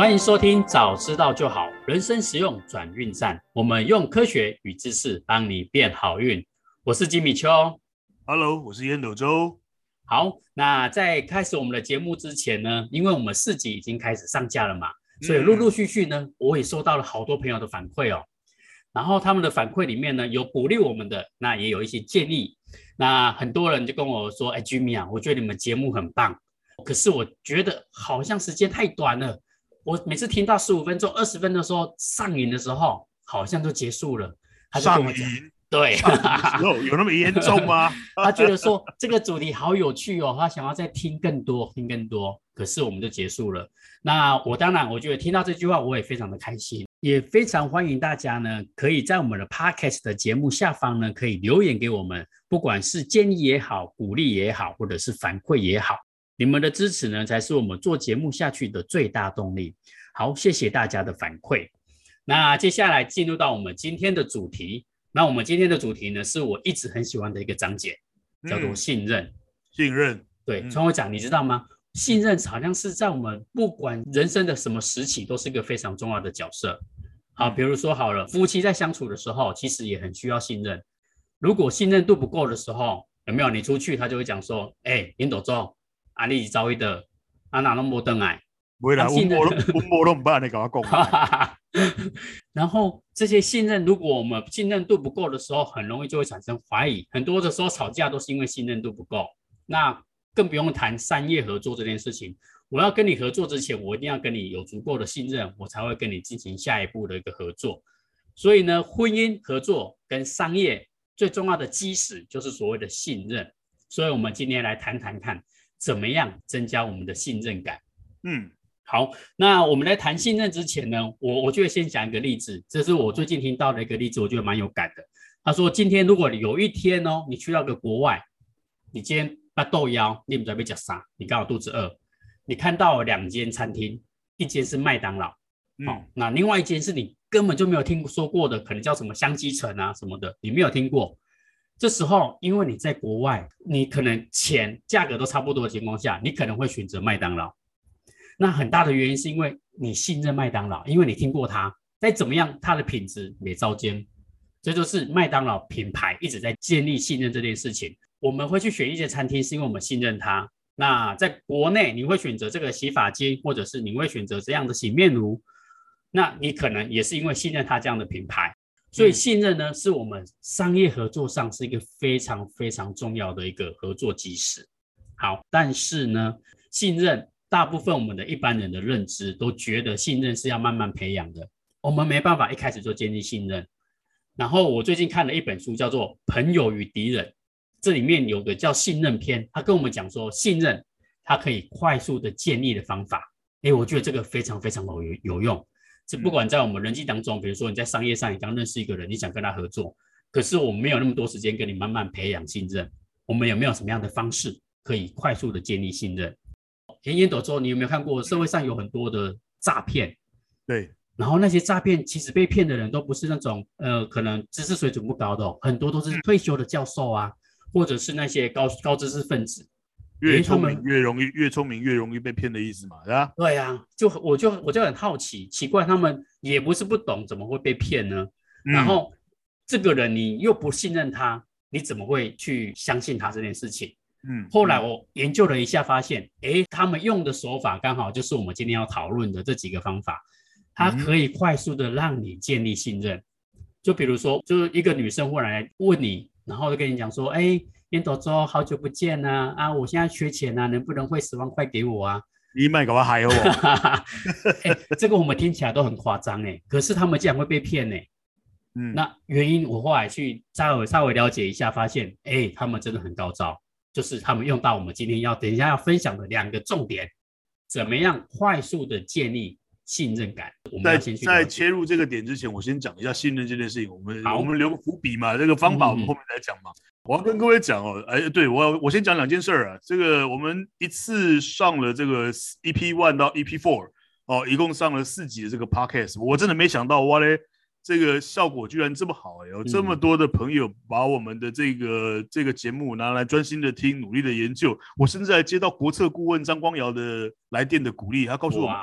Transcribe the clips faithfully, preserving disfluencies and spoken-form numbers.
欢迎收听早知道就好，人生实用转运站，我们用科学与知识帮你变好运。我是金米秋。 Hello， 我是烟斗周。 好，那在开始我们的节目之前呢，因为我们四集已经开始上架了嘛，所以陆陆续续呢，我也收到了好多朋友的反馈哦。然后他们的反馈里面呢，有鼓励我们的，那也有一些建议。那很多人就跟我说，哎 Jimmy 啊，我觉得你们节目很棒，可是我觉得好像时间太短了，我每次听到十五分钟二十分钟的时候上瘾的时候好像就结束了。他就跟我讲，对， 上瘾的时候有那么严重吗？ 他觉得说这个主题好有趣哦，他想要再听更多听更多，可是我们就结束了。那我当然我觉得听到这句话我也非常的开心，也非常欢迎大家呢可以在我们的 Podcast 的节目下方呢可以留言给我们，不管是建议也好，鼓励也好，或者是反馈也好，你们的支持呢才是我们做节目下去的最大动力。好，谢谢大家的反馈。那接下来进入到我们今天的主题，那我们今天的主题呢是我一直很喜欢的一个章节，叫做信任。嗯、 信任， 对，川会长你知道吗？信任好像是在我们不管人生的什么时期都是一个非常重要的角色。好，比如说好了，夫妻在相处的时候其实也很需要信任。如果信任度不够的时候，有没有你出去他就会讲说，哎，烟斗周啊你是走的啊哪都没回来， 没啦，我没都不办，你跟我讲。 然后这些信任，如果我们信任度不够的时候，很容易就会产生怀疑。很多的时候吵架都是因为信任度不够。那更不用谈商业合作这件事情。我要跟你合作之前，我一定要跟你有足够的信任，我才会跟你进行下一步的一个合作。所以呢，婚姻合作跟商业最重要的基石就是所谓的信任。所以我们今天来谈谈看，怎么样增加我们的信任感。嗯。好，那我们在谈信任之前呢，我我就会先讲一个例子，这是我最近听到的一个例子，我觉得蛮有感的。他说，今天如果有一天哦，你去到个国外，你今天把豆腰，你不知道被吃啥，你刚好肚子饿，你看到两间餐厅，一间是麦当劳，嗯哦、那另外一间是你根本就没有听说过的，可能叫什么香鸡城啊什么的，你没有听过。这时候，因为你在国外，你可能钱价格都差不多的情况下，你可能会选择麦当劳。那很大的原因是因为你信任麦当劳，因为你听过它，再怎么样它的品质也照煎。这就是麦当劳品牌一直在建立信任这件事情。我们会去选一间餐厅是因为我们信任它。那在国内你会选择这个洗发精，或者是你会选择这样的洗面乳，那你可能也是因为信任它这样的品牌。所以信任呢，是我们商业合作上是一个非常非常重要的一个合作基石。好，但是呢，信任大部分我们的一般人的认知都觉得信任是要慢慢培养的，我们没办法一开始就建立信任。然后我最近看了一本书叫做《朋友与敌人》，这里面有个叫信任篇，他跟我们讲说信任它可以快速的建立的方法。诶，我觉得这个非常非常有有用。这不管在我们人际当中，比如说你在商业上你刚认识一个人，你想跟他合作，可是我们没有那么多时间跟你慢慢培养信任，我们有没有什么样的方式可以快速的建立信任？烟斗周，你有没有看过社会上有很多的诈骗？ 对， 然后那些诈骗其实被骗的人都不是那种呃可能知识水准不高的、哦，很多都是退休的教授啊，或者是那些高高知识分子。 越聪明越容易，越聪明越容易被骗的意思嘛，对吧？ 对啊，就我就我就很好奇，奇怪他们也不是不懂，怎么会被骗呢？嗯、然后这个人你又不信任他，你怎么会去相信他这件事情？嗯，后来我研究了一下，发现，哎，他们用的手法刚好就是我们今天要讨论的这几个方法，它可以快速的让你建立信任。就比如说，就是一个女生忽然来问你，然后就跟你讲说，哎，烟斗周，好久不见啊，啊，我现在缺钱啊，能不能汇十万块给我啊？ 你卖给我还有我， 哎，这个我们听起来都很夸张哎，可是他们竟然会被骗哎。嗯，那原因我后来去稍微稍微了解一下，发现，哎，他们真的很高招。就是他们用到我们今天要等一下要分享的两个重点，怎么样快速的建立信任感。我们要先去在切入这个点之前，我先讲一下信任这件事情。我们我们留个伏笔嘛，这个方法我们后面来讲嘛。嗯嗯我要跟各位讲哦，哎，对我要我先讲两件事啊。这个我们一次上了这个 E P 一 到 E P 四哦，一共上了四集的这个 podcast， 我真的没想到哇嘞。这个效果居然这么好、欸、有这么多的朋友把我们的这个、嗯、这个节目拿来专心的听，努力的研究。我甚至还接到国策顾问张光尧的来电的鼓励，他告诉我们：“哎、欸，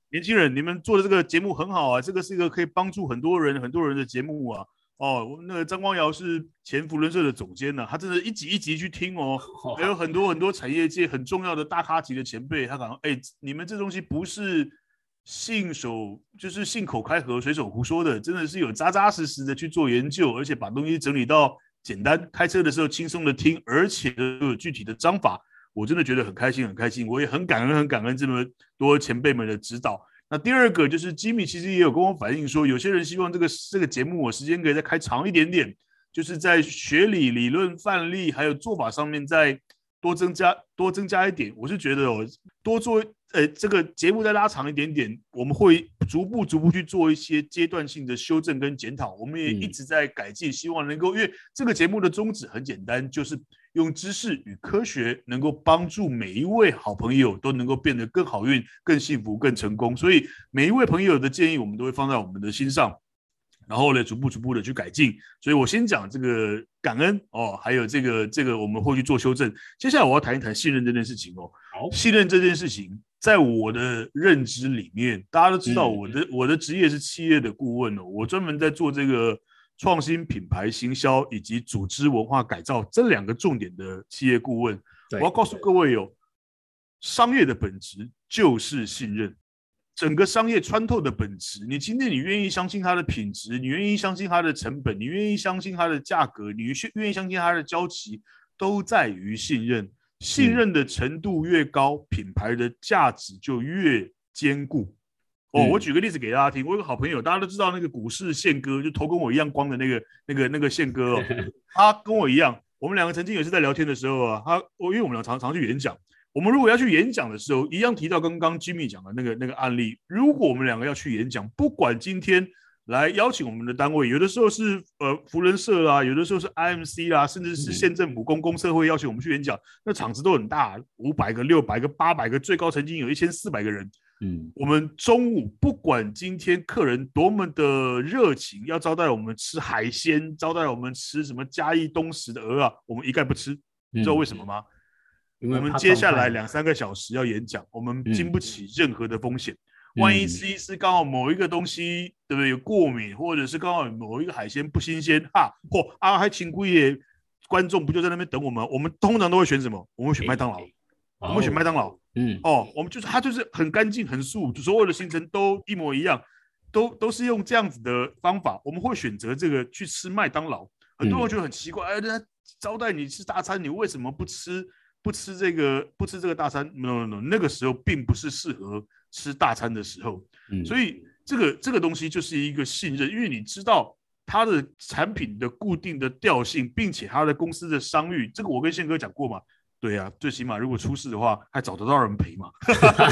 年轻人，你们做的这个节目很好啊，这个是一个可以帮助很多人很多人的节目啊。哦，那个张光尧是前福伦社的总监呢、啊，他真的一集一集去听哦，还有很多很多产业界很重要的大咖级的前辈，他讲，哎，你们这东西不是信手就是信口开河、随手胡说的，真的是有扎扎实实的去做研究，而且把东西整理到简单，开车的时候轻松的听，而且有具体的章法，我真的觉得很开心，很开心，我也很感恩，很感恩这么多前辈们的指导。那第二个就是吉米其实也有跟我反映说，有些人希望这个这个节目我时间可以再开长一点点，就是在学理、理论、范例还有做法上面再多增加多增加一点。我是觉得哦，多做呃这个节目再拉长一点点，我们会逐步逐步去做一些阶段性的修正跟检讨。我们也一直在改进，希望能够，因为这个节目的宗旨很简单，就是用知识与科学能够帮助每一位好朋友都能够变得更好运、更幸福、更成功。所以每一位朋友的建议，我们都会放在我们的心上，然后呢，逐步逐步的去改进。所以我先讲这个感恩哦，还有这个这个我们会去做修正。接下来我要谈一谈信任这件事情哦。信任这件事情，在我的认知里面，大家都知道我的、嗯、我的职业是企业的顾问哦，我专门在做这个创新品牌行销以及组织文化改造这两个重点的企业顾问。我要告诉各位哦，商业的本质就是信任。整个商业穿透的本质，你今天你愿意相信它的品质，你愿意相信它的成本，你愿意相信它的价格，你愿意相信它的交期，都在于信任。信任的程度越高，嗯、品牌的价值就越坚固。哦，我举个例子给大家听。我有个好朋友，大家都知道那个股市宪哥，就头跟我一样光的那个、那个、那个宪哥哦。他跟我一样，我们两个曾经也是在聊天的时候啊，他因为我们俩常常去演讲，我们如果要去演讲的时候，一样提到刚刚 Jimmy 讲的那个那个案例。如果我们两个要去演讲，不管今天来邀请我们的单位，有的时候是呃福人社啦，有的时候是 I M C 啦，甚至是县政府公公社会邀请我们去演讲，那场子都很大，五百个、六百个、八百个，最高曾经有一千四百个人。嗯，我们中午不管今天客人多么的热情，要招待我们吃海鲜，招待我们吃什么嘉义东石的鹅啊，我们一概不吃。你知道为什么吗？嗯、我们接下来两三个小时要演讲，我们经不起任何的风险。嗯、万一吃一吃刚好某一个东西，对不对？有过敏，或者是刚好某一个海鲜不新鲜，哈，或啊还请贵耶，观众不就在那边等我们？我们通常都会选什么？我们会选麦当劳。欸我们选麦当劳，嗯，哦，我们就是它就是很干净很素，所有的行程都一模一样，都都是用这样子的方法，我们会选择这个去吃麦当劳。很多人觉得很奇怪，哎、嗯，人家招待你吃大餐，你为什么不吃不吃这个不吃这个大餐 ？No No No， 那个时候并不是适合吃大餐的时候，嗯、所以这个这个东西就是一个信任，因为你知道它的产品的固定的调性，并且它的公司的商誉，这个我跟宪哥讲过嘛。对啊，最起码如果出事的话，还找得到人赔嘛。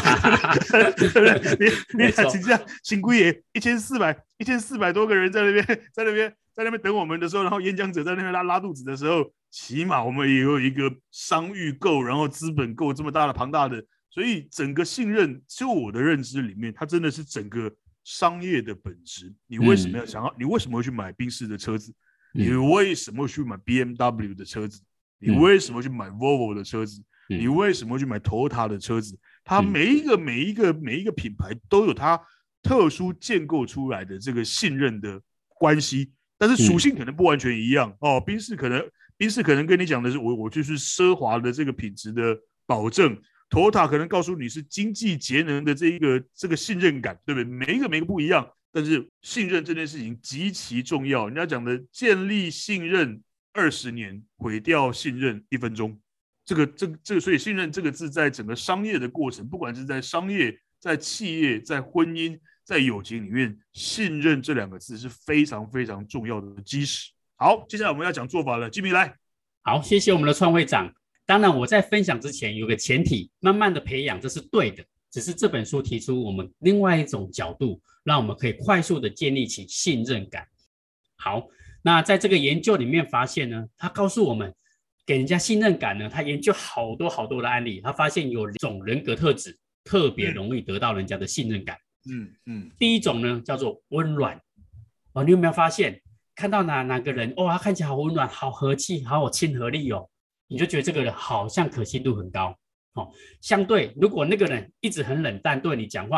你你请假辛苦也一千四百一千四百多个人在那边在那边在那边等我们的时候，然后演讲者在那边拉拉肚子的时候，起码我们也有一个商誉够，然后资本够这么大的庞大的，所以整个信任，就我的认知里面，它真的是整个商业的本质。你为什么要想要？嗯、你为什么会去买宾士的车子？你为什么会去买 B M W 的车子？你为什么去买 Volvo 的车子？嗯、你为什么去买 Toyota 的车子？它每一个、每一个、每一个品牌都有它特殊建构出来的这个信任的关系，但是属性可能不完全一样、嗯、哦。宾士可能，宾士可能跟你讲的是我我就是奢华的这个品质的保证 ，Toyota 可能告诉你是经济节能的这一个这个信任感，对不对？每一个每一个不一样，但是信任这件事情极其重要。人家讲的建立信任。二十年毁掉信任一分钟，这个这个这个，所以信任这个字在整个商业的过程，不管是在商业、在企业、在婚姻、在友情里面，信任这两个字是非常非常重要的基石。好，接下来我们要讲做法了，吉米来。 好，谢谢我们的创会长。当然，我在分享之前有个前提，慢慢的培养这是对的，只是这本书提出我们另外一种角度，让我们可以快速的建立起信任感。好。那在这个研究里面发现呢，他告诉我们给人家信任感呢，他研究好多好多的案例，他发现有一种人格特质特别容易得到人家的信任感。嗯嗯，第一种呢叫做温暖。哦，你有没有发现看到哪哪个人哦，他看起来好温暖，好和气，好有亲和力哦，你就觉得这个人好像可信度很高。哦，相对如果那个人一直很冷淡，对你讲话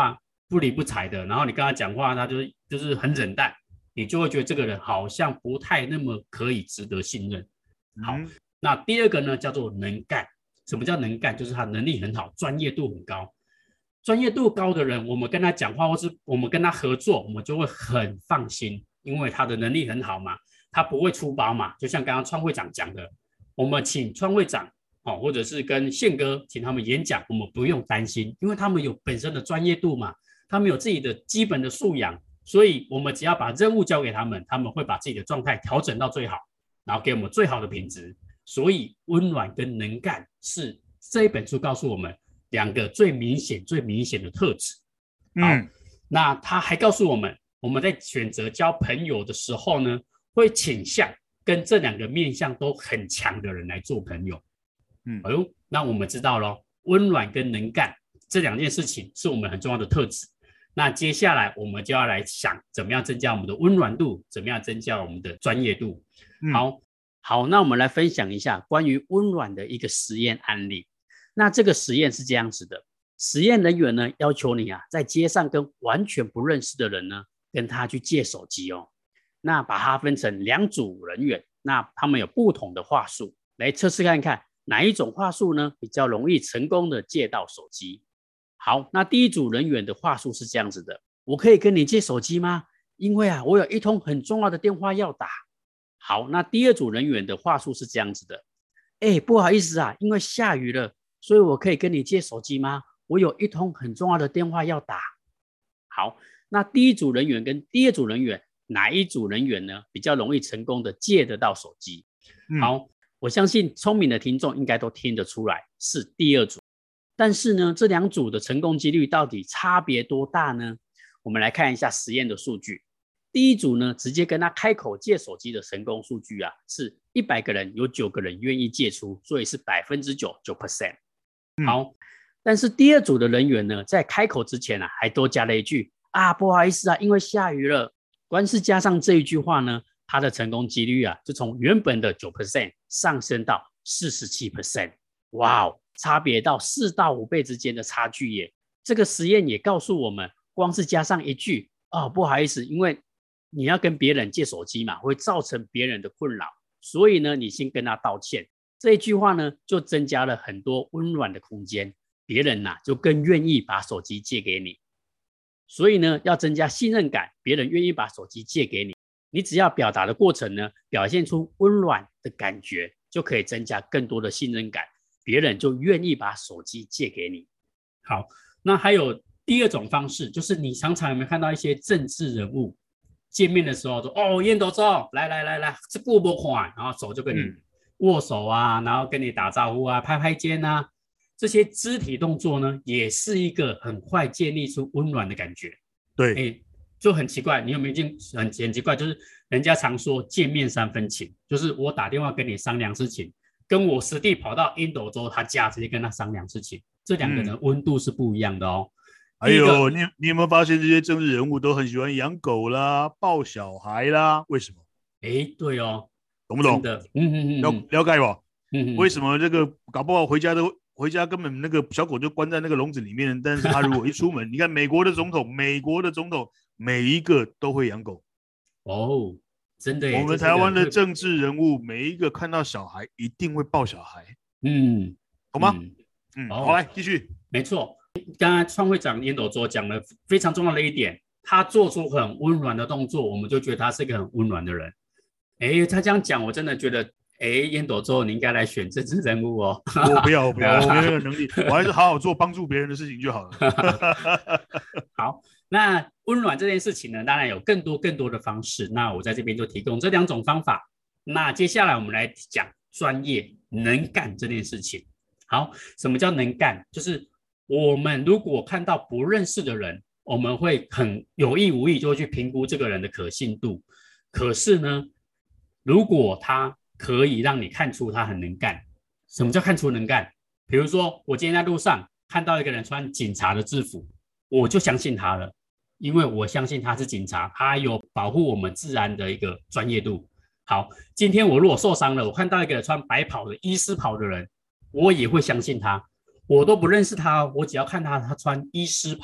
不理不睬的，然后你跟他讲话，他就是就是很冷淡，你就会觉得这个人好像不太那么可以值得信任。好，嗯、那第二个呢叫做能干。什么叫能干？就是他能力很好，专业度很高。专业度高的人，我们跟他讲话或是我们跟他合作，我们就会很放心，因为他的能力很好嘛，他不会出包嘛。就像刚刚创会长讲的，我们请创会长哦，或者是跟宪哥请他们演讲，我们不用担心，因为他们有本身的专业度嘛，他们有自己的基本的素养，所以我们只要把任务交给他们，他们会把自己的状态调整到最好，然后给我们最好的品质。所以温暖跟能干是这一本书告诉我们两个最明显、最明显的特质。好，嗯、那他还告诉我们，我们在选择交朋友的时候呢，会倾向跟这两个面向都很强的人来做朋友。嗯，哎呦，那我们知道咯，温暖跟能干这两件事情是我们很重要的特质。那接下来我们就要来想，怎么样增加我们的温暖度，怎么样增加我们的专业度。嗯、好。好，那我们来分享一下关于温暖的一个实验案例。那这个实验是这样子的，实验人员呢要求你啊，在街上跟完全不认识的人呢，跟他去借手机哦。那把它分成两组人员，那他们有不同的话术，来测试看看哪一种话术呢比较容易成功的借到手机。好，那第一组人员的话术是这样子的：我可以跟你借手机吗？因为啊，我有一通很重要的电话要打。好，那第二组人员的话术是这样子的，哎，不好意思啊，因为下雨了，所以我可以跟你借手机吗？我有一通很重要的电话要打。好，那第一组人员跟第二组人员，哪一组人员呢比较容易成功的借得到手机？嗯、好，我相信聪明的听众应该都听得出来是第二组。但是呢，这两组的成功几率到底差别多大呢？我们来看一下实验的数据。第一组呢，直接跟他开口借手机的成功数据啊，是一百个人有九个人愿意借出，所以是 百分之九 百分之九。好，但是第二组的人员呢，在开口之前啊，还多加了一句啊，不好意思啊，因为下雨了。光是加上这一句话呢，他的成功几率啊，就从原本的 百分之九 上升到 百分之四十七。哇哦，差别到四到五倍之间的差距耶！这个实验也告诉我们，光是加上一句哦，不好意思，因为你要跟别人借手机嘛，会造成别人的困扰，所以呢，你先跟他道歉。这一句话呢，就增加了很多温暖的空间，别人呐、啊、就更愿意把手机借给你。所以呢，要增加信任感，别人愿意把手机借给你，你只要表达的过程呢，表现出温暖的感觉，就可以增加更多的信任感，别人就愿意把手机借给你。好，那还有第二种方式，就是你常常有没有看到一些政治人物？见面的时候说哦，烟斗周，来来来来，这过不款，然后手就跟你握手啊，然后跟你打招呼啊，拍拍肩啊，这些肢体动作呢，也是一个很快建立出温暖的感觉。 对， 哎，就很奇怪，你有没有见很很奇怪，就是人家常说见面三分情，就是我打电话跟你商量事情，跟我实地跑到烟斗周他家直接跟他商量事情，这两个人温度是不一样的哦。 还有，你你有没有发现这些政治人物都很喜欢养狗啦、抱小孩啦？为什么？ 哎，对哦， 懂不懂？ 真的，嗯嗯嗯， 了了解吧？ 嗯， 为什么这个搞不好回家都回家根本那个小狗就关在那个笼子里面，但是他如果一出门，你看美国的总统，美国的总统每一个都会养狗。 哦，真的耶！ 我们台湾的政治人物每一个看到小孩一定会抱小孩， 嗯， 懂吗？嗯，嗯哦、好，来继续。 没错。刚才创会长烟斗周讲了非常重要的一点，他做出很温暖的动作，我们就觉得他是一个很温暖的人。哎，他这样讲，我真的觉得，哎，烟斗周你应该来选政治人物哦。 我不要，我不要，我没有那个能力，我还是好好做帮助别人的事情就好了。 好，那温暖这件事情呢，当然有更多更多的方式，那我在这边就提供这两种方法。那接下来我们来讲专业能干这件事情。好，什么叫能干？就是我们如果看到不认识的人，我们会很有意无意就会去评估这个人的可信度。可是呢，如果他可以让你看出他很能干，什么叫看出能干？比如说，我今天在路上看到一个人穿警察的制服，我就相信他了，因为我相信他是警察，他有保护我们治安的一个专业度。好，今天我如果受伤了，我看到一个穿白袍的医师袍的人，我也会相信他。我都不认识他，我只要看他他穿医师袍，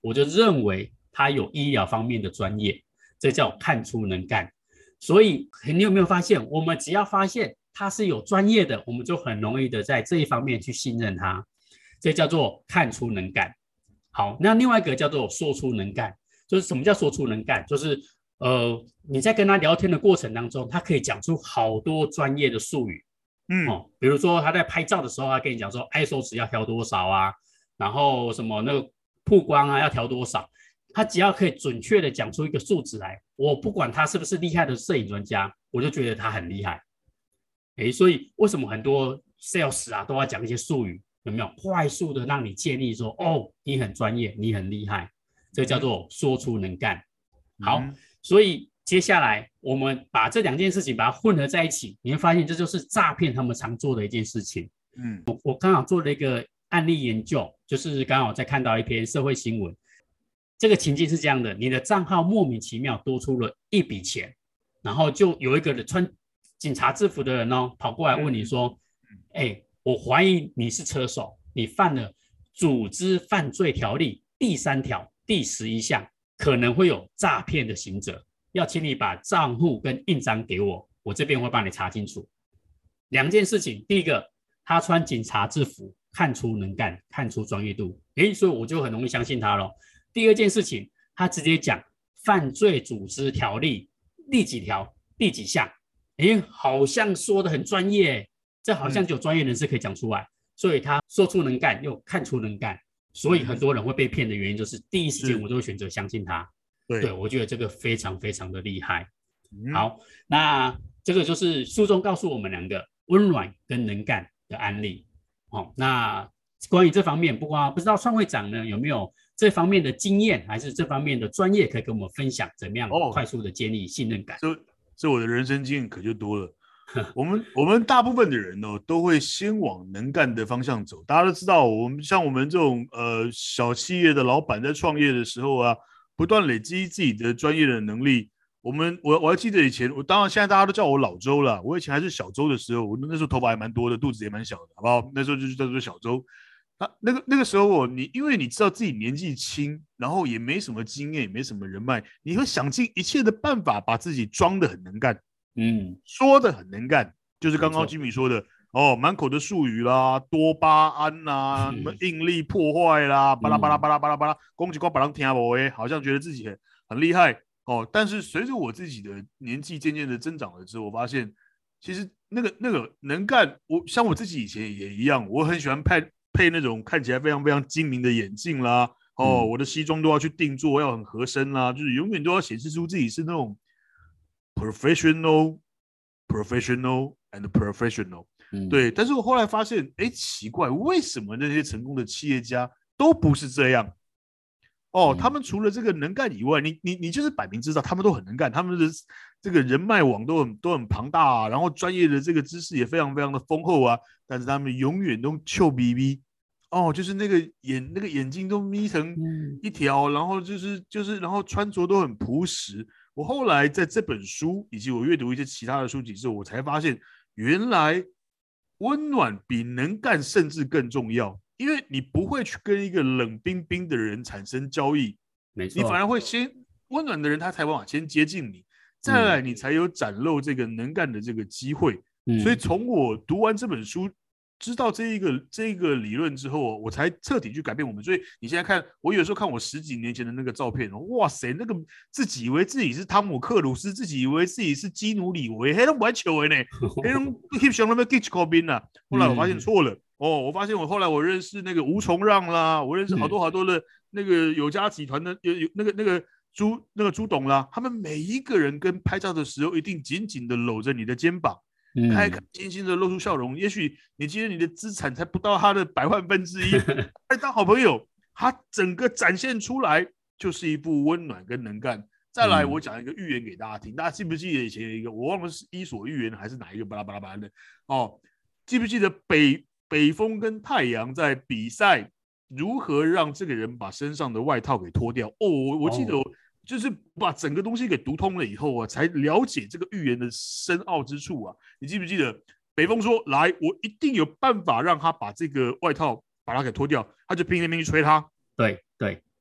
我就认为他有医疗方面的专业，这叫看出能干。所以你有没有发现，我们只要发现他是有专业的，我们就很容易的在这一方面去信任他，这叫做看出能干。好，那另外一个叫做说出能干，就是什么叫说出能干？就是呃你在跟他聊天的过程当中，他可以讲出好多专业的术语。嗯、哦，比如说他在拍照的时候，他跟你讲说 I S O 值要调多少啊，然后什么那个曝光啊要调多少，他只要可以准确的讲出一个数值来，我不管他是不是厉害的摄影专家，我就觉得他很厉害。诶，所以为什么很多 sales 啊都要讲一些术语，有没有快速的让你建立说，哦，你很专业，你很厉害，这叫做说出能干。好，嗯、所以接下来我们把这两件事情把它混合在一起，你会发现这就是诈骗他们常做的一件事情。嗯，我我刚好做了一个案例研究，就是刚好在看到一篇社会新闻，这个情境是这样的：你的账号莫名其妙多出了一笔钱，然后就有一个人穿警察制服的人哦跑过来问你说：“哎，我怀疑你是车手，你犯了组织犯罪条例第三条第十一项，可能会有诈骗的刑责。”要请你把账户跟印章给我，我这边会帮你查清楚。两件事情，第一个，他穿警察制服，看出能干，看出专业度，诶，所以我就很容易相信他咯。第二件事情，他直接讲犯罪组织条例第几条第几项，诶，好像说的很专业，这好像只有专业人士可以讲出来，嗯、所以他说出能干又看出能干，所以很多人会被骗的原因就是第一时间我就会选择相信他。对, 对，我觉得这个非常非常的厉害。嗯、好，那这个就是书中告诉我们两个温软跟能干的案例。哦，那关于这方面，不过不知道创会长呢有没有这方面的经验，还是这方面的专业可以跟我们分享，怎么样快速的建立信任感？ 这、哦、这我的人生经验可就多了。我们我们大部分的人呢、哦，都会先往能干的方向走。大家都知道，我们像我们这种呃小企业的老板在创业的时候啊，不断累积自己的专业的能力。我们我我还记得以前，我当然现在大家都叫我老周了。我以前还是小周的时候，我那时候头发还蛮多的，肚子也蛮小的，好不好？那时候就是叫做小周。那那个那个时候我你因为你知道自己年纪轻，然后也没什么经验，也没什么人脉，你会想尽一切的办法把自己装得很能干，嗯，说得很能干，就是刚刚Jimmy说的。哦，满口的术语啦，多巴胺啦，什么应力破坏啦，巴拉巴拉巴拉巴拉巴拉，攻击光把人听不哎，好像觉得自己 很, 很厉害哦。但是随着我自己的年纪渐渐的增长了之后，我发现其实那个那个能干，我像我自己以前也一样，我很喜欢配配那种看起来非常非常精明的眼镜啦，哦，嗯、我的西装都要去定做，要很合身啦，就是永远都要显示出自己是那种 professional professional and professional。对，但是我后来发现，哎，奇怪，为什么那些成功的企业家都不是这样？哦，他们除了这个能干以外，你你你就是摆明知道他们都很能干，他们的这个人脉网都很都很庞大啊，然后专业的这个知识也非常非常的丰厚啊，但是他们永远都臭逼逼，哦，就是那个眼那个眼睛都眯成一条，然后就是就是然后穿着都很朴实。我后来在这本书以及我阅读一些其他的书籍之后，我才发现原来温暖比能干甚至更重要，因为你不会去跟一个冷冰冰的人产生交易， 没错， 你反而会先温暖的人他才办法先接近你，再来你才有展露这个能干的这个机会。嗯、所以从我读完这本书，知道这一个这一个理论之后，我才彻底去改变我们。所以你现在看，我有时候看我十几年前的那个照片，哇塞，那个自己以为自己是汤姆克鲁斯，自己以为自己是基努里维，黑都不爱球的呢，黑都翕相那边 Gitch 口宾啊。后来我发现错了，哦，我发现我后来我认识那个吴崇让啦，我认识好多好多的那个有家集团的有有那个那个朱那个朱董啦，他们每一个人跟拍照的时候一定紧紧的搂着你的肩膀。开开心心的露出笑容，也许你觉得你的资产才不到他的百万分之一，还当好朋友，他整个展现出来就是一副温暖跟能干。再来，我讲一个寓言给大家听，大家记不记得以前有一个，我忘了是伊索寓言还是哪一个巴拉巴拉巴拉的哦？记不记得北北风跟太阳在比赛如何让这个人把身上的外套给脱掉？哦，我我记得我。哦就是把整个东西给读通了以后啊，才了解这个寓言的深奥之处啊。你记不记得北风说：“来，我一定有办法让他把这个外套把它给脱掉。”他就拼命拼命去吹他。 对对，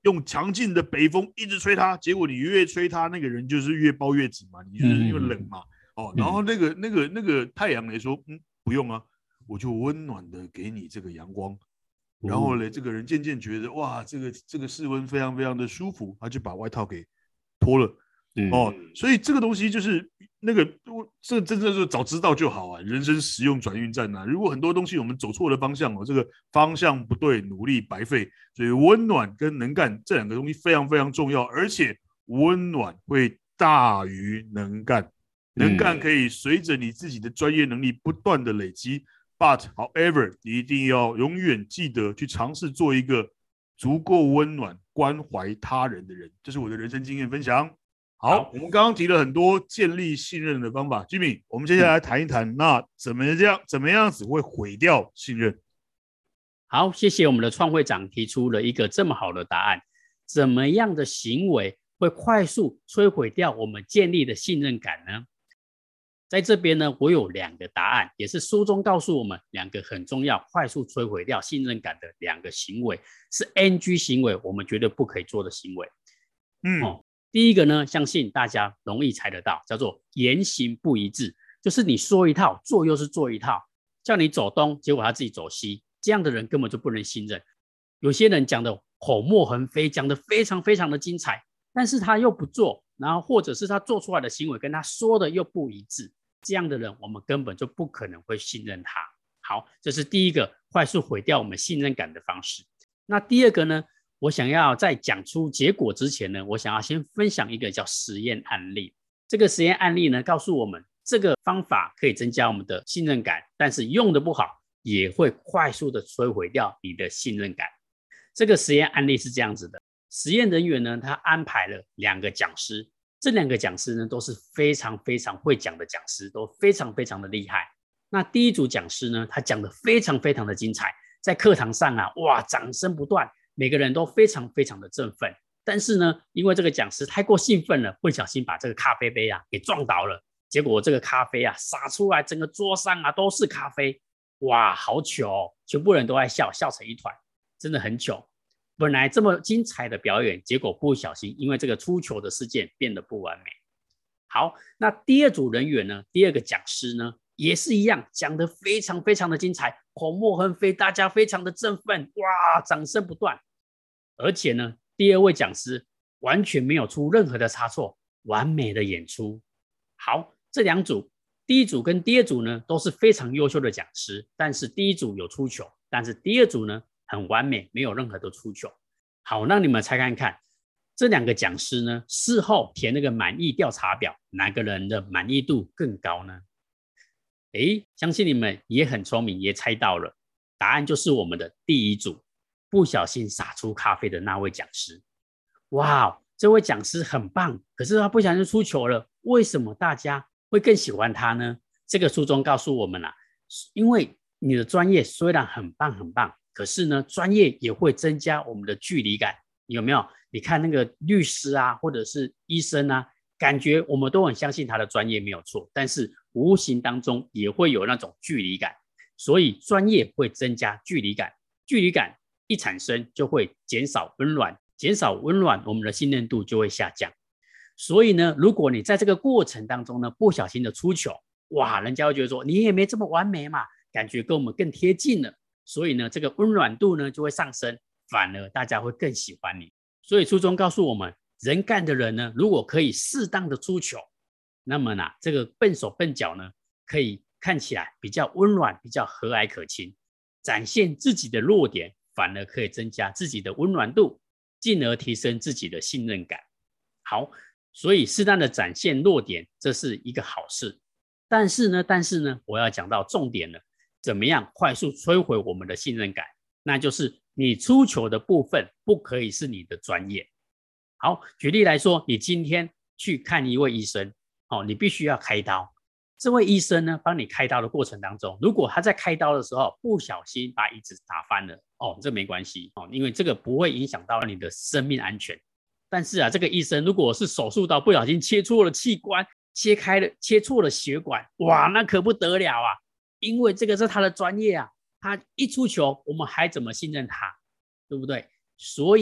用强劲的北风一直吹他，结果你越吹他，那个人就是越抱越紧嘛，你就是因为冷嘛，嗯、哦，然后那个那个那个太阳来说，嗯，不用啊，我就温暖的给你这个阳光。然后呢，这个人渐渐觉得哇，这个这个室温非常非常的舒服，他就把外套给脱了。哦，所以这个东西就是那个，这真的是早知道就好啊！人生实用转运站啊，如果很多东西我们走错了方向哦，这个方向不对，努力白费。所以温暖跟能干这两个东西非常非常重要，而且温暖会大于能干，能干可以随着你自己的专业能力不断的累积。But however， 你一定要永远记得去尝试做一个足够温暖、关怀他人的人。这是我的人生经验分享。好，好我们刚刚提了很多建立信任的方法 ，Jimmy， 我们接下来谈一谈，嗯、那怎么样怎么样子会毁掉信任？ 好，谢谢我们的创会长提出了一个这么好的答案。怎么样的行为会快速摧毁掉我们建立的信任感呢？在这边呢，我有两个答案，也是书中告诉我们两个很重要、快速摧毁掉信任感的两个行为，是 N G 行为，我们绝对不可以做的行为。嗯，哦，第一个呢，相信大家容易猜得到，叫做言行不一致，就是你说一套，做又是做一套，叫你走东，结果他自己走西，这样的人根本就不能信任。有些人讲的口沫横飞，讲的非常非常的精彩，但是他又不做，然后或者是他做出来的行为跟他说的又不一致，这样的人我们根本就不可能会信任他。好，这是第一个快速毁掉我们信任感的方式。那第二个呢，我想要在讲出结果之前呢，我想要先分享一个叫实验案例。这个实验案例呢，告诉我们这个方法可以增加我们的信任感，但是用的不好也会快速的摧毁掉你的信任感。这个实验案例是这样子的，实验人员呢，他安排了两个讲师，这两个讲师呢都是非常非常会讲的讲师，都非常非常的厉害。那第一组讲师呢，他讲的非常非常的精彩，在课堂上啊，哇，掌声不断，每个人都非常非常的振奋。但是呢，因为这个讲师太过兴奋了，不小心把这个咖啡杯啊给撞倒了，结果这个咖啡啊洒出来，整个桌上啊都是咖啡，哇，好糗哦，全部人都在笑，笑成一团，真的很糗。本来这么精彩的表演，结果不小心因为这个出糗的事件变得不完美。好，那第二组人员呢，第二个讲师呢，也是一样，讲得非常非常的精彩，口沫横飞，大家非常的振奋，哇，掌声不断。而且呢，第二位讲师完全没有出任何的差错，完美的演出。好，这两组，第一组跟第二组呢，都是非常优秀的讲师，但是第一组有出糗，但是第二组呢很完美，没有任何的出糗。好，那你们猜看看，这两个讲师呢，事后填那个满意调查表，哪个人的满意度更高呢？诶，相信你们也很聪明，也猜到了，答案就是我们的第一组，不小心洒出咖啡的那位讲师。哇，这位讲师很棒，可是他不小心出糗了，为什么大家会更喜欢他呢？这个书中告诉我们啊，因为你的专业虽然很棒很棒，可是呢，专业也会增加我们的距离感。有没有？你看那个律师啊，或者是医生啊，感觉我们都很相信他的专业没有错，但是无形当中也会有那种距离感，所以专业会增加距离感，距离感一产生就会减少温暖，减少温暖，我们的信任度就会下降。所以呢，如果你在这个过程当中呢，不小心的出糗，哇，人家会觉得说你也没这么完美嘛，感觉跟我们更贴近了，所以呢，这个温暖度呢就会上升，反而大家会更喜欢你。所以书中告诉我们，人干的人呢，如果可以适当的出糗，那么呢，这个笨手笨脚呢，可以看起来比较温暖，比较和蔼可亲，展现自己的弱点，反而可以增加自己的温暖度，进而提升自己的信任感。好，所以适当的展现弱点，这是一个好事。但是呢，但是呢，我要讲到重点了，怎么样快速摧毁我们的信任感？那就是你出糗的部分不可以是你的专业。好，举例来说，你今天去看一位医生，哦，你必须要开刀。这位医生呢，帮你开刀的过程当中，如果他在开刀的时候不小心把椅子打翻了，哦，这没关系哦，因为这个不会影响到你的生命安全。但是啊，这个医生如果是手术刀不小心切错了器官，切开了，切错了血管，哇，那可不得了啊！因为这个是他的专业啊，他一出糗，我们还怎么信任他，对不对？所以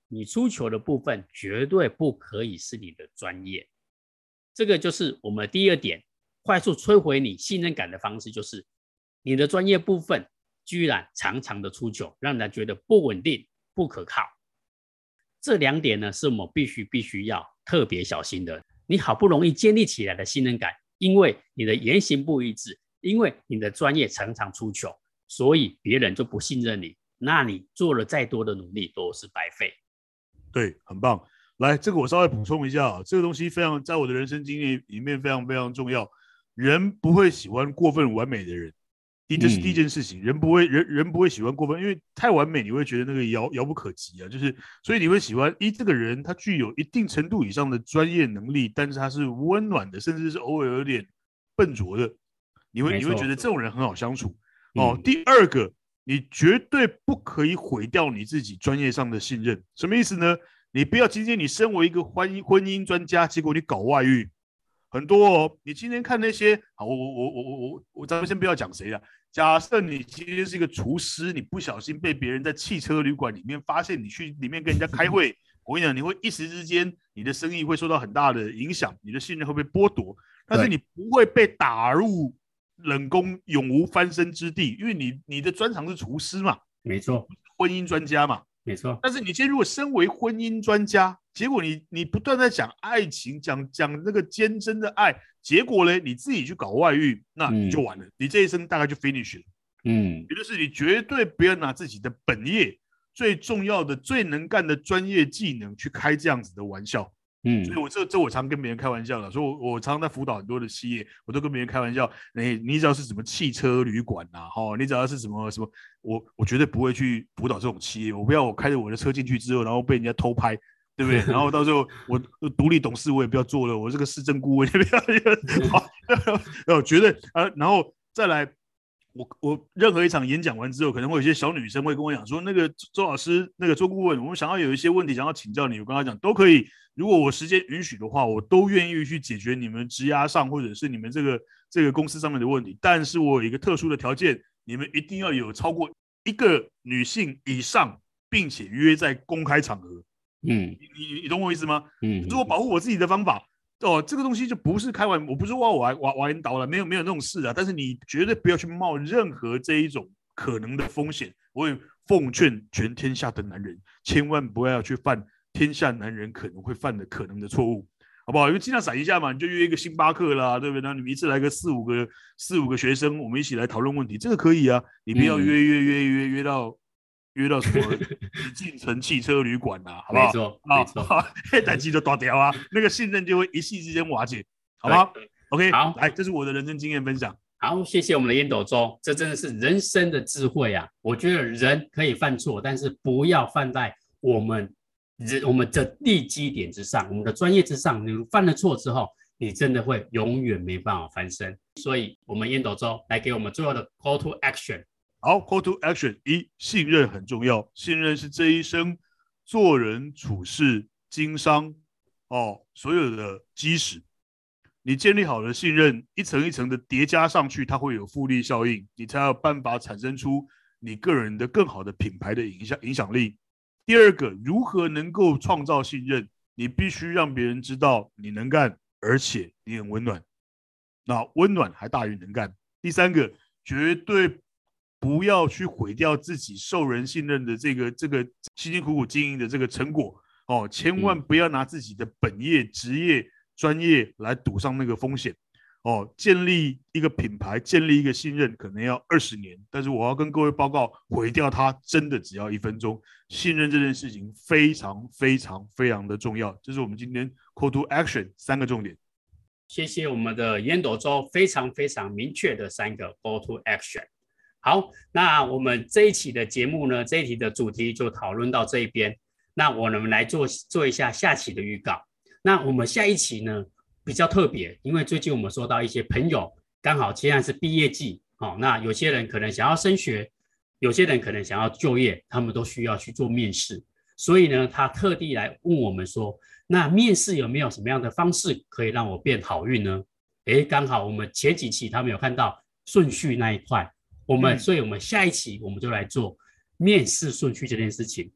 你出糗的部分绝对不可以是你的专业。这个就是我们第二点，快速摧毁你信任感的方式，就是你的专业部分居然常常的出糗，让人觉得不稳定、不可靠。这两点呢，是我们必须必须要特别小心的。你好不容易建立起来的信任感，因为你的言行不一致，因为你的专业常常出糗，所以别人就不信任你，那你做了再多的努力都是白费。 对，很棒。来，这个我稍微补充一下啊，这个东西非常在我的人生经验里面非常非常重要。人不会喜欢过分完美的人，第这是第一件事情。嗯、人不会人人不会喜欢过分，因为太完美你会觉得那个遥遥不可及啊。就是所以你会喜欢，一这个人他具有一定程度以上的专业能力，但是他是温暖的，甚至是偶尔有点笨拙的，你会你会觉得这种人很好相处。哦，嗯、第二个，你绝对不可以毁掉你自己专业上的信任。什么意思呢？你不要今天你身为一个婚姻婚姻专家，结果你搞外遇，很多哦。你今天看那些，好，我我我我我我，咱们先不要讲谁了。假设你今天是一个厨师，你不小心被别人在汽车旅馆里面发现你去里面跟人家开会，我跟你讲，你会一时之间你的生意会受到很大的影响，你的信任会被剥夺，但是你不会被打入冷宫，永无翻身之地，因为你你的专长是厨师嘛， 没错， 婚姻专家嘛。 没错， 但是你今天如果身为婚姻专家，结果你你不断在讲爱情，讲讲那个坚贞的爱，结果呢你自己去搞外遇，那你就完了，嗯、你这一生大概就 finish 了。嗯，也就是你绝对不要拿自己的本业最重要的、最能干的专业技能去开这样子的玩笑。嗯，所以我这这我常跟别人开玩笑了，所以我我常常在辅导很多的企业，我都跟别人开玩笑，你你只要是什么汽车旅馆呐、啊，哈，你只要是什么什么，我我绝对不会去辅导这种企业，我不要我开着我的车进去之后，然后被人家偷拍，对不对？然后到时候我独立董事我也不要做了，我这个市政顾问也不要，好，绝对啊，然后再来。我我任何一场演讲完之后，可能会有一些小女生会跟我讲说，那个周老师，那个周顾问，我们想要有一些问题想要请教你，我跟他讲都可以，如果我时间允许的话，我都愿意去解决你们职涯上或者是你们这个这个公司上面的问题。但是我有一个特殊的条件，你们一定要有超过一个女性以上，并且约在公开场合。嗯，你你懂我意思吗？嗯，这是我保护我自己的方法。哦，这个东西就不是开玩笑，我不是ว่า我我我引导了，没有没有那种事啊。但是你绝对不要去冒任何这一种可能的风险。我也奉劝全天下的男人，千万不要去犯天下男人可能会犯的可能的错误，好不好？因为尽量闪一下嘛，你就约一个星巴克啦，对不对？那你们一次来个四五个四五个学生，我们一起来讨论问题，这个可以啊。你不要约约约约约到。约到什么进城汽车旅馆啊，好不好？ 没错，没错， 黑台机就大掉啊，那个信任就会一夕之间瓦解，好不好 ？OK， 好，来，这是我的人生经验分享。 好，谢谢我们的烟斗周，这真的是人生的智慧啊！我觉得人可以犯错，但是不要犯在我们人我们的地基点之上，我们的专业之上。你犯了错之后，你真的会永远没办法翻身。所以，我们烟斗周来给我们最后的 call to action。 好 ，call to action 一，信任很重要，信任是这一生做人处事、经商哦所有的基石。你建立好了信任，一层一层的叠加上去，它会有复利效应，你才有办法产生出你个人的更好的品牌的影响影响力。第二个，如何能够创造信任？你必须让别人知道你能干，而且你很温暖。那温暖还大于能干。第三个，绝对不要去毁掉自己受人信任的这个这个辛辛苦苦经营的这个成果哦，千万不要拿自己的本业、职业、专业来赌上那个风险哦。建立一个品牌，建立一个信任，可能要二十年，但是我要跟各位报告，毁掉它真的只要一分钟。信任这件事情非常非常非常的重要，这是我们今天 call to action 三个重点。 谢谢我们的烟斗周非常非常明确的三个 call to action。好，那我们这一期的节目呢，这一期的主题就讨论到这一边。那我们来做做一下下期的预告。那我们下一期呢比较特别，因为最近我们收到一些朋友，刚好现在是毕业季，哦，那有些人可能想要升学，有些人可能想要就业，他们都需要去做面试。所以呢，他特地来问我们说，那面试有没有什么样的方式可以让我变好运呢？诶，刚好我们前几期他们有看到顺序那一块。我们、嗯、所以我们下一期我们就来做面试顺序这件事情。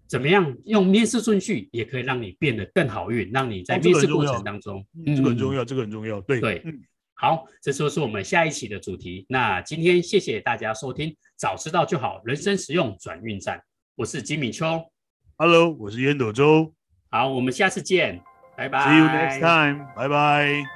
怎么样用面试顺序也可以让你变得更好运，让你在面试过程当中， 哦、这个很重要，这个很重要，对对， 嗯， 好，这就是我们下一期的主题。那今天谢谢大家收听，早知道就好，人生实用转运站，我是吉米邱 ，Hello， 我是烟斗周， 好，我们下次见，拜拜 ，See you next time， 拜拜。